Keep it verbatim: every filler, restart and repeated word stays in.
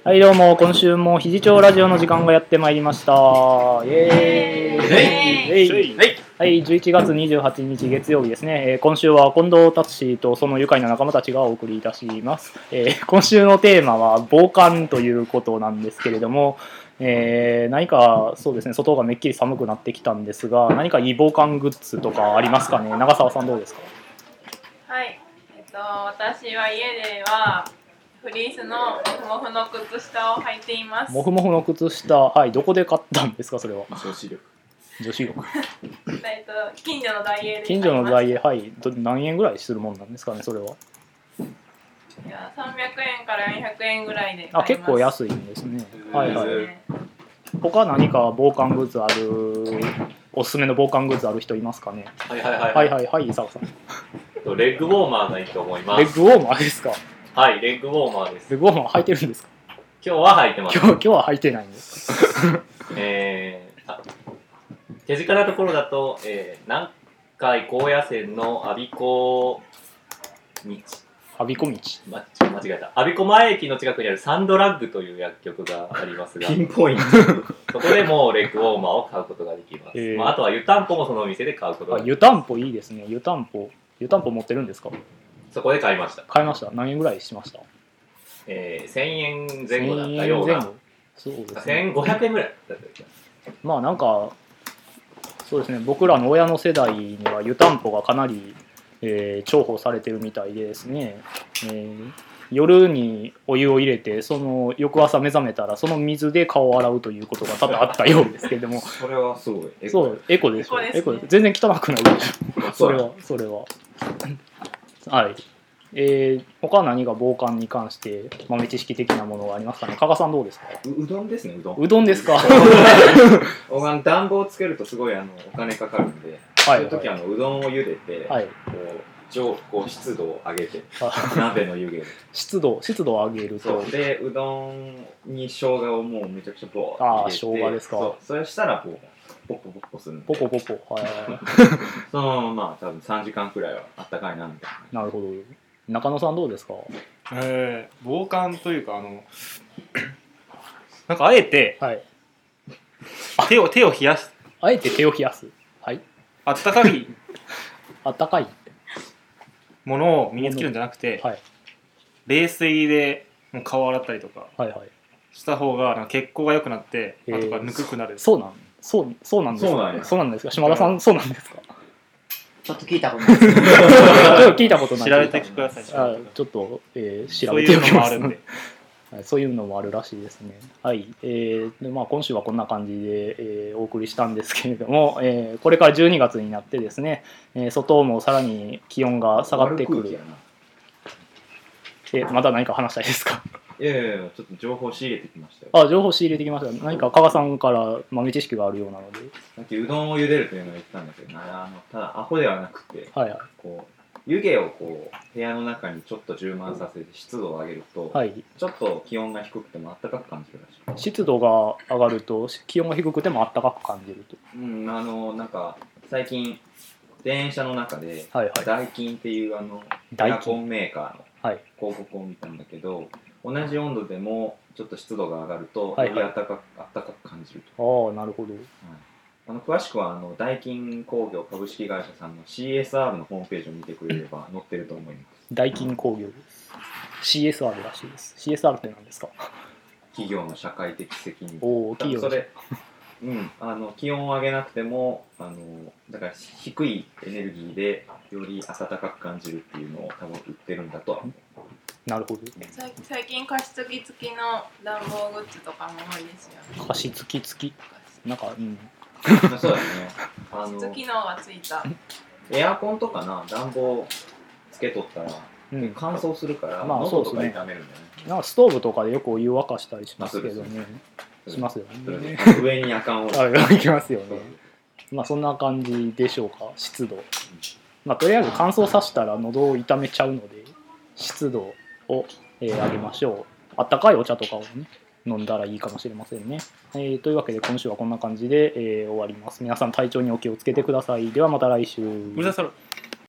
はいどうも、今週も肘町ラジオの時間がやってまいりました。イエーイ、イエーイ、はい、じゅういちがつにじゅうはちにち月曜日ですね。えー、今週は近藤達志とその愉快な仲間たちがお送りいたします。えー、今週のテーマは防寒ということなんですけれども、えー、何かそうですね、外がめっきり寒くなってきたんですが、何かいい防寒グッズとかありますかね。長澤さんどうですか。 はい、えっと、私は家ではフリースのモフモフの靴下を履いています。 モフモフの靴下、はい、どこで買ったんですか、それは。 女子力。 女子力。 えっと、近所のダイエーで近所のダイエー、はい、何円ぐらいするもんなんですかね、それは。 いや、さんびゃくえんからよんひゃくえんぐらいで買います。 あ、結構安いんですね。はいはい。他何か防寒グッズある、おすすめの防寒グッズある人いますかね。 はいはいはい。 はいはいはい、伊沢さん。 レッグウォーマーがいいと思います。 レッグウォーマーですか。 はい、レッグウォーマーです。 レッグウォーマー履いてるんですか。 今日は履いてます。 今日、今日は履いてないんですか。 えー、手近なところだと、えー、南海高野線の我孫子道。 我孫子道。 ま、間違えた。我孫子前駅の近くにあるサンドラッグという薬局がありますが、 ピンポイント。 そこでもレッグウォーマーを買うことができます。 えーまあ、あとは湯たんぽもそのお店で買うことができます。 湯たんぽいいですね。湯たんぽ。湯たんぽ持ってるんですか。 そこで買いました。 買いました。何円ぐらいしました。 えー、せんえんぜん後だったような。 そうですね。 せんごひゃくえんぐらいだった気がする。 まあなんかそうですね、僕らの親の世代には湯たんぽがかなり、えー、重宝されてるみたいでですね、えー、夜にお湯を入れてその翌朝目覚めたらその水で顔を洗うということが多々あったようですけれどもそれはすごいエコ。 そうエコでしょ。 エコですね、 エコで全然汚くないでしょ。それはそれははい。えー、他は何が防寒に関して豆知識的なものがありますかね。加賀さんどうですか。 う, うどんですね、うどん。 うどんですか。 おがん暖房つけるとすごいあのお金かかるんで、はいはい、そういう時はあのうどんを茹でて、はい、こう上こう湿度を上げて鍋の湯気で湿度湿度を上げるとそうでうどんに生姜をもうめちゃくちゃボーッと入れて、あ生姜ですか。 そうそれしたらこうポッポポッポするんでポポポポ、はい、 そのまあ多分さんじかんくらいはあったかいなみたいな。 なるほど。中野さんどうですか。 えー、防寒というかあのなんかあえて、はい、手を手を冷やす。 あえて手を冷やす。はい。 あったかいあったかいものを身につけるんじゃなくて、はい、冷水でもう顔洗ったりとかした方がなんか血行が良くなって、えー、後からぬくくなる。 そうなんそうそうなんですか。そうなんです。そうなんですか。島田さんそうなんですか。 ちょっと聞いたことないです。ちょっと聞いたことない。 調べてください。 あちょっと、えー、調べておきます。そういうのもあるんで。はい、そういうのもあるらしいですね。はい。えーでまあ、今週はこんな感じで、えー、お送りしたんですけれども、えー、これからじゅうにがつになってですね、えー、外もさらに気温が下がってくる。えまだ何か話したいですか。 いやいやいや、ちょっと情報仕入れてきましたよ。 あ、情報仕入れてきました。何か加賀さんから豆知識があるようなので。 さっきうどんを茹でるというのを言ったんだけど、あのただアホではなくて、はいはい、こう湯気をこう部屋の中にちょっと充満させて湿度を上げると、はい、ちょっと気温が低くても暖かく感じるらしい。 湿度が上がると気温が低くても暖かく感じると。 うん、あのなんか最近電車の中で、はいはい、ダイキンっていうあのエアコンメーカーの広告を見たんだけど、同じ温度でもちょっと湿度が上がるとより暖かく、はいはい、暖かく感じると。ああ、なるほど。はい、 あの詳しくはあのダイキン工業株式会社さんの シーエスアール のホームページを見てくれれば載ってると思います。 ダイキン工業です。シーエスアール らしいです。シーエスアール って何ですか。 企業の社会的責任。 おお、企業の。 それうん、あの気温を上げなくてもあのだから低いエネルギーでより暖かく感じるっていうのを多分売ってるんだとは思う。 なるほど。 最近加湿器付きの暖房グッズとかも多いですよね。 加湿器付きなんかうんそうだね。 加湿機能がついたエアコンとかな暖房つけとったら、うん、乾燥するから、まあ、喉とか痛めるんだよね。 なんかストーブとかでよくお湯沸かしたりしますけどね。しますよね。 上にあかんをあいきますよね。まあそんな感じでしょうか。湿度、まあ、とりあえず乾燥させたら喉を痛めちゃうので湿度を、えー、上げましょう。あったかいお茶とかをね飲んだらいいかもしれませんね。えー、というわけで今週はこんな感じで、えー、終わります。皆さん体調にお気をつけてください。ではまた来週。 うるさそう。